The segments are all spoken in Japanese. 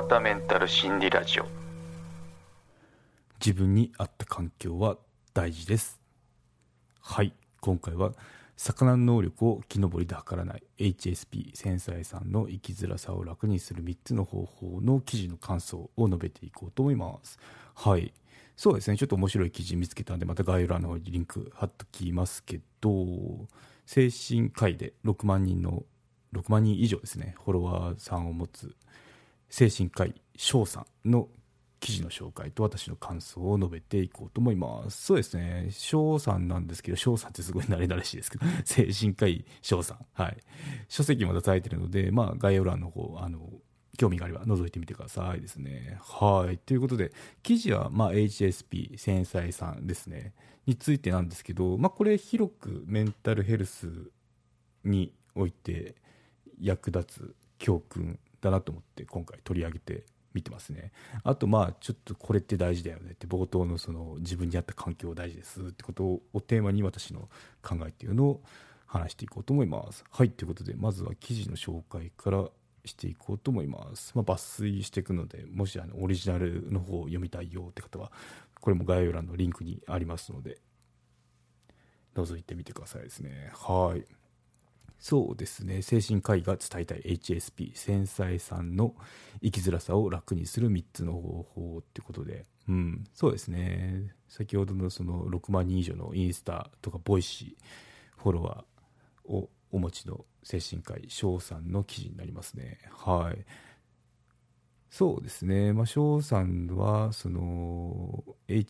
川田メンタル心理ラジオ。 自分に合った環境は大事です。はい、今回は魚の能力を木登りで測らない HSP 繊細さんの生きづらさを楽にする3つの方法の記事の感想を述べていこうと思います。はい、そうですね、ちょっと面白い記事見つけたんでまた概要欄の方にリンク貼っときますけど、精神科医で6万人以上ですね、フォロワーさんを持つ精神科医翔さんの記事の紹介と私の感想を述べていこうと思います。そうですね、翔さんなんですけど、翔さんってすごい慣れ慣れしいですけど精神科医翔さん、はい、書籍も出されているので、概要欄の方興味があれば覗いてみてくださいですね。はい、ということで記事はHSP 繊細さんですねについてなんですけど、これ広くメンタルヘルスにおいて役立つ教訓だなと思って今回取り上げてみてますね。あとちょっとこれって大事だよねって冒頭のその自分に合った環境大事ですってことをテーマに私の考えっていうのを話していこうと思います。はい、ということでまずは記事の紹介からしていこうと思います。抜粋していくので、もしオリジナルの方を読みたいよって方はこれも概要欄のリンクにありますので覗いてみてくださいですね。はい、そうですね、精神科医が伝えたい HSP 繊細さんの生きづらさを楽にする3つの方法ってことで、そうですね、先ほどのその6万人以上のインスタとかボイシーフォロワーをお持ちの精神科医翔さんの記事になりますね。はい、そうですね、翔さんはその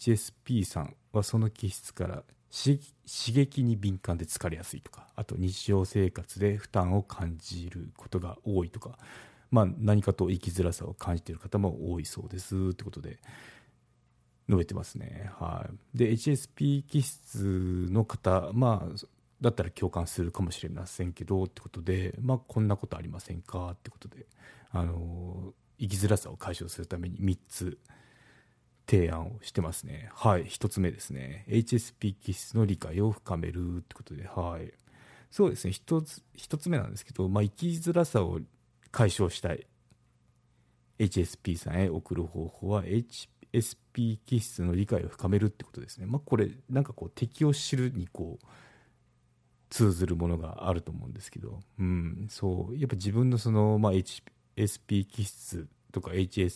HSP さんはその気質から刺激に敏感で疲れやすいとか、あと日常生活で負担を感じることが多いとか、何かと生きづらさを感じている方も多いそうですってことで述べてますね。はい、で HSP 気質の方、だったら共感するかもしれませんけどってことで、こんなことありませんかってことで、生きづらさを解消するために3つ提案をしてますね。はい、1つ目ですね、 HSP 気質の理解を深めるってことで、はい、そうですね、1つ目なんですけど、生きづらさを解消したい HSP さんへ送る方法は HSP 気質の理解を深めるってことですね。これなんか敵を知るに通ずるものがあると思うんですけど、そうやっぱ自分のその、HSP 気質とか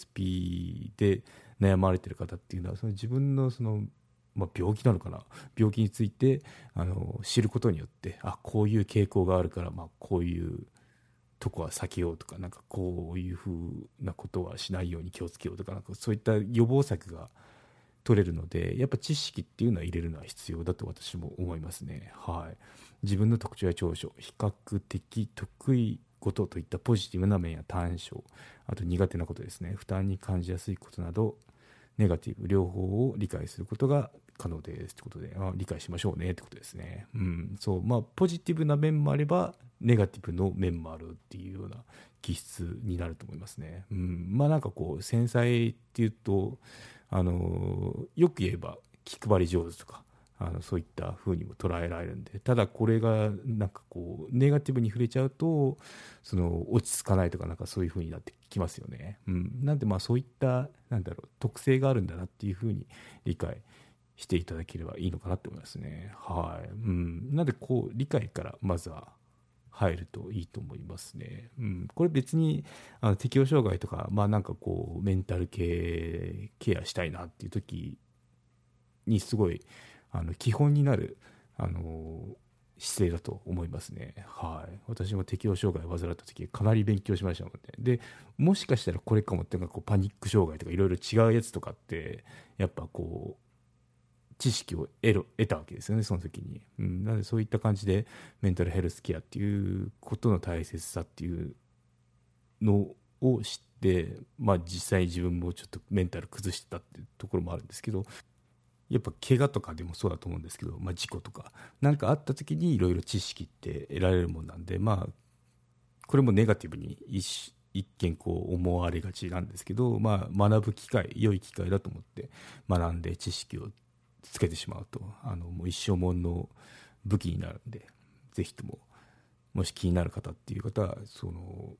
HSP で悩まれている方っていうのは、その自分のその、病気なのかな、病気について知ることによって、こういう傾向があるから、こういうとこは避けようとか、こういうふうなことはしないように気をつけようとか、そういった予防策が取れるので、やっぱ知識っていうのは入れるのは必要だと私も思いますね。はい、自分の特徴や長所、比較的得意ことといったポジティブな面や短所、あと苦手なことですね、負担に感じやすいことなどネガティブ両方を理解することが可能ですということで、理解しましょうねってことですね。ポジティブな面もあればネガティブの面もあるっていうような気質になると思いますね。繊細っていうとよく言えば気配り上手とかそういった風にも捉えられるんで、ただこれがネガティブに触れちゃうとその落ち着かないとか、そういう風になってきますよね。なんでそういった特性があるんだなっていう風に理解していただければいいのかなと思いますね。はい、なんで理解からまずは入るといいと思いますね。これ別に適応障害とか、メンタル系ケアしたいなっていう時にすごい基本になる姿勢だと思いますね。はい、私も適応障害を患った時かなり勉強しましたので、もしかしたらこれかもってパニック障害とかいろいろ違うやつとかってやっぱ知識を得たわけですよね、その時に。なのでそういった感じでメンタルヘルスケアっていうことの大切さっていうのを知って、実際に自分もちょっとメンタル崩してたっていうところもあるんですけど、やっぱ怪我とかでもそうだと思うんですけど、事故とかあった時にいろいろ知識って得られるもんなんで、これもネガティブに一見思われがちなんですけど、学ぶ機会、良い機会だと思って学んで知識をつけてしまうともう一生もんの武器になるんで、ぜひとももし気になる方っていう方は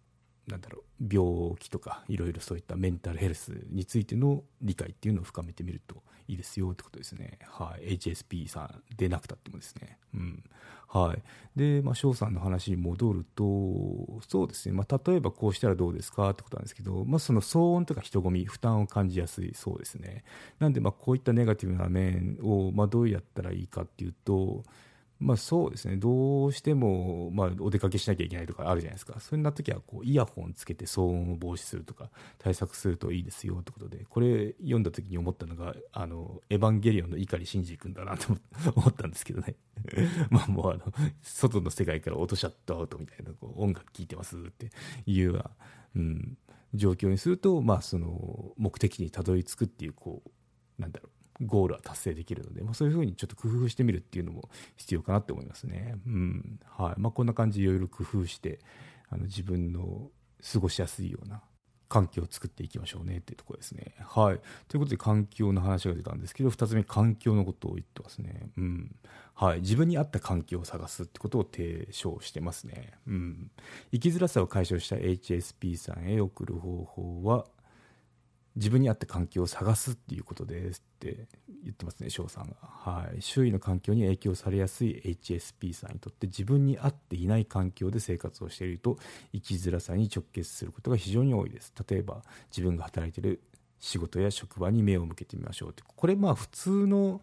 病気とかいろいろそういったメンタルヘルスについての理解っていうのを深めてみるといいですよってことですね。はい、HSP さんでなくたってもですね。はい。で、翔さんの話に戻ると、そうですね。例えばこうしたらどうですかってことなんですけど、その騒音とか人混み、負担を感じやすいそうですね。なんで、こういったネガティブな面を、どうやったらいいかっていうと、そうですね、どうしても、お出かけしなきゃいけないとかあるじゃないですか。そんな時はイヤホンつけて騒音を防止するとか対策するといいですよということで、これ読んだ時に思ったのがエヴァンゲリオンの碇シンジ君だなと思ったんですけどね。もう外の世界から落としちゃったアウトみたいな音楽聴いてますっていうような、状況にすると、その目的にたどり着くっていうゴールは達成できるので、そういうふうにちょっと工夫してみるっていうのも必要かなって思いますね。はい。こんな感じでいろいろ工夫して自分の過ごしやすいような環境を作っていきましょうねっていうところですね。はい。ということで環境の話が出たんですけど、2つ目環境のことを言ってますね。はい。自分に合った環境を探すってことを提唱してますね。生きづらさを解消した HSP さんへ送る方法は、自分に合った環境を探すっていうことですって言ってますね、翔さんが。はい。周囲の環境に影響されやすい HSP さんにとって自分に合っていない環境で生活をしていると生きづらさに直結することが非常に多いです。例えば自分が働いている仕事や職場に目を向けてみましょうって。これ普通の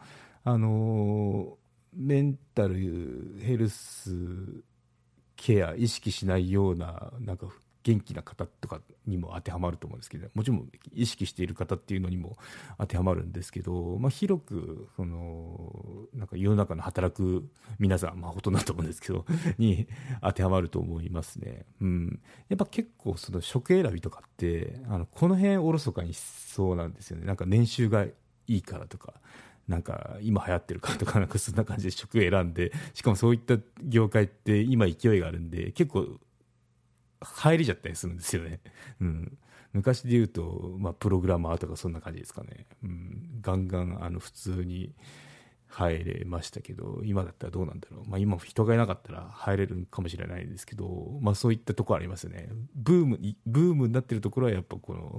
メンタルヘルスケア意識しないような元気な方とかにも当てはまると思うんですけど、もちろん意識している方っていうのにも当てはまるんですけど、広く世の中の働く皆さん、ほとんどだと思うんですけどに当てはまると思いますね。やっぱ結構その職選びとかってこの辺おろそかにしそうなんですよね。年収がいいからとか、今流行ってるからとか、そんな感じで職選んで、しかもそういった業界って今勢いがあるんで結構入りちゃったりするんですよね。昔で言うと、プログラマーとかそんな感じですかね。ガンガン普通に入れましたけど、今だったらどうなんだろう。今人がいなかったら入れるかもしれないんですけど、そういったところありますよね。ブームになってるところはやっぱ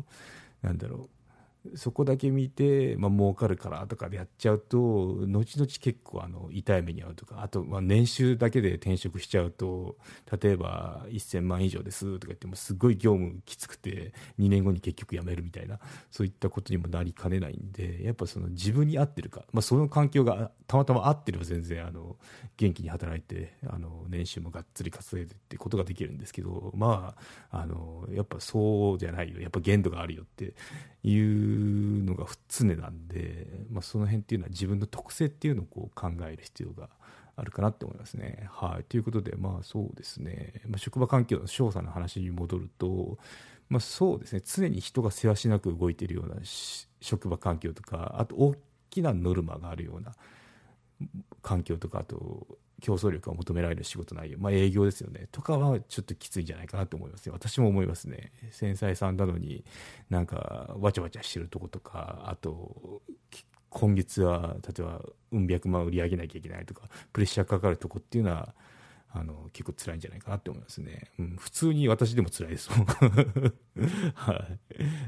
そこだけ見て、儲かるからとかでやっちゃうと、後々結構痛い目に遭うとか、あと年収だけで転職しちゃうと、例えば1000万以上ですとか言ってもすごい業務きつくて2年後に結局辞めるみたいな、そういったことにもなりかねないんで、やっぱその自分に合ってるか、その環境がたまたま合ってれば全然元気に働いて年収もがっつり稼いでってことができるんですけど、やっぱそうじゃないよ、やっぱ限度があるよっていうのが常なんで、その辺っていうのは自分の特性っていうのを考える必要があるかなって思いますね。はい。ということで、そうですね、職場環境の翔さんの話に戻ると、そうですね、常に人がせわしなく動いているような職場環境とか、あと大きなノルマがあるような環境とか、あと競争力が求められる仕事内容、営業ですよねとかはちょっときついんじゃないかなと思いますね。私も思いますね。繊細さんなのにわちゃわちゃしてるとことか、あと今月は例えばうん百万売り上げなきゃいけないとか、プレッシャーかかるとこっていうのは結構辛いんじゃないかなって思いますね。普通に私でも辛いですもん。はい。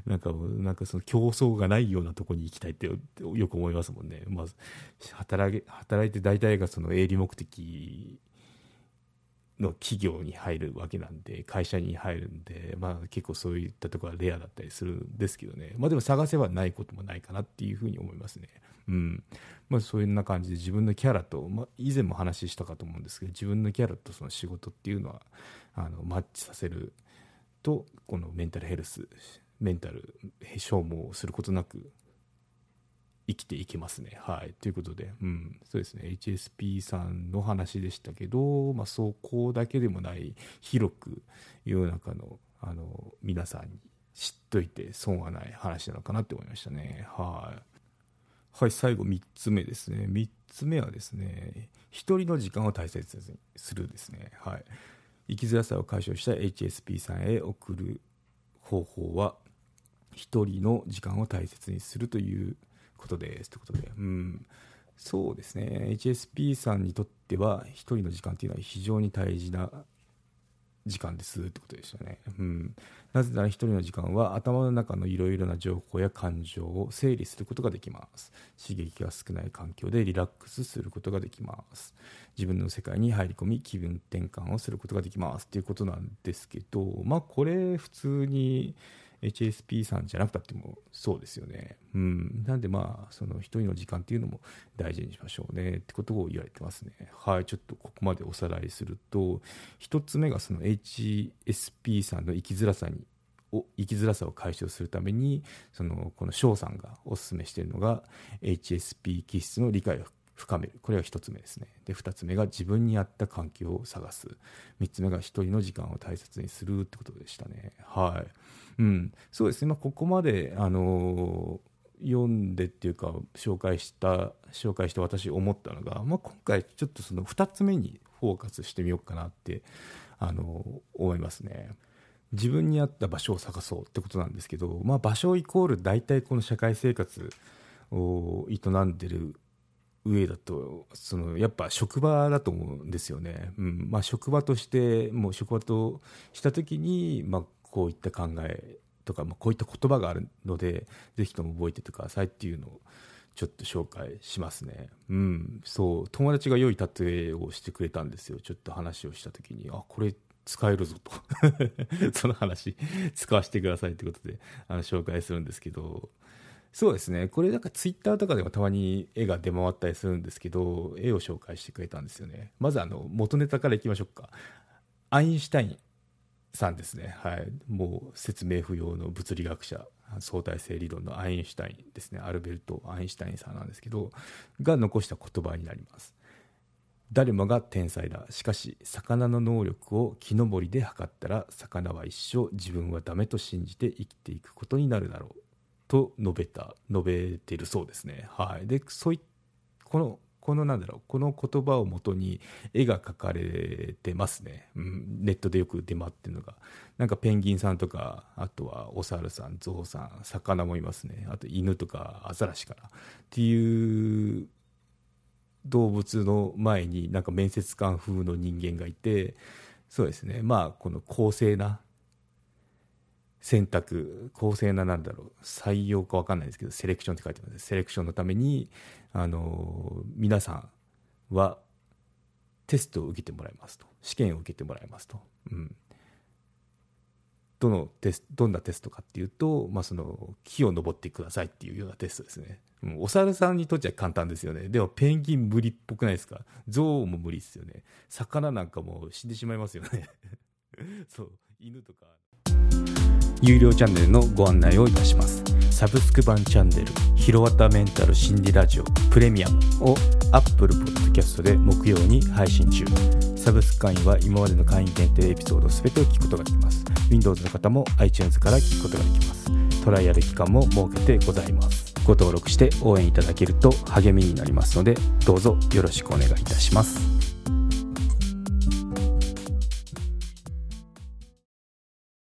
その競争がないようなところに行きたいってよく思いますもんね。働いて大体がその営利目的の企業に入るわけなんで、会社に入るんで、結構そういったところはレアだったりするんですけどね。でも探せばないこともないかなっていうふうに思いますね。そういうような感じで自分のキャラと、以前も話したかと思うんですけど、自分のキャラとその仕事っていうのはマッチさせると、このメンタルヘルス、メンタル消耗することなく生きていけますね。はい。ということで、そうですね。HSP さんの話でしたけど、そこだけでもない、広く世の中の皆さんに知っといて損はない話なのかなって思いましたね。はい。はい、最後3つ目ですね。3つ目はですね、一人の時間を大切にするですね。はい。生きづらさを解消した HSP さんへ送る方法は、一人の時間を大切にするということですということで、そうですね、HSP さんにとっては一人の時間というのは非常に大事な時間ですってことでしたね。なぜなら一人の時間は頭の中のいろいろな情報や感情を整理することができます。刺激が少ない環境でリラックスすることができます。自分の世界に入り込み気分転換をすることができますっていうことなんですけど、これ普通にHSP さんじゃなくたってもそうですよね。なんでその一人の時間っていうのも大事にしましょうねってことを言われてますね。はい、ちょっとここまでおさらいすると、一つ目がその HSP さんの生きづらさを解消するためにこの翔さんがお勧めしているのが HSP 気質の理解を深める。これが一つ目ですね。で、二つ目が自分に合った環境を探す。三つ目が一人の時間を大切にするってことでしたね。はい。そうですね。ここまで読んでっていうか紹介して私思ったのが、今回ちょっとその2つ目にフォーカスしてみようかなって思いますね。自分に合った場所を探そうってことなんですけど、場所イコール大体この社会生活を営んでる上だとやっぱ職場だと思うんですよね。職場として職場とした時にこういった考えとか、こういった言葉があるのでぜひとも覚えててくださいっていうのをちょっと紹介しますね。そう友達が良い例えをしてくれたんですよ。ちょっと話をした時にこれ使えるぞとその話使わせてくださいってことで紹介するんですけど、そうですね、これツイッターとかでもたまに絵が出回ったりするんですけど、絵を紹介してくれたんですよね。まず元ネタからいきましょうか。アインシュタインさんですね。はい、もう説明不要の物理学者、相対性理論のアインシュタインですね。アルベルト・アインシュタインさんなんですけど、が残した言葉になります。誰もが天才だ。しかし魚の能力を木登りで測ったら魚は一生自分はダメと信じて生きていくことになるだろうと述べているそうですね。はい。で、この言葉をもとに絵が描かれてますね。ネットでよく出回ってるのがペンギンさんとか、あとはお猿さん、ゾウさん、魚もいますね。あと犬とかアザラシかなっていう動物の前に面接官風の人間がいて、そうですね、この公正な採用か分かんないですけど、セレクションって書いてます。セレクションのために皆さんはテストを受けてもらいますと、試験を受けてもらいますと。どんなテストかっていうと、その木を登ってくださいっていうようなテストですね。お猿さんにとっちゃ簡単ですよね。でもペンギン無理っぽくないですか。ゾウも無理ですよね。魚なんかもう死んでしまいますよねそう犬とか。有料チャンネルのご案内をいたします。サブスク版チャンネルひろわたメンタル心理ラジオプレミアムを Apple Podcast で木曜に配信中。サブスク会員は今までの会員限定エピソードすべてを聞くことができます。 Windows の方も iTunes から聞くことができます。トライアル期間も設けてございます。ご登録して応援いただけると励みになりますので、どうぞよろしくお願いいたします。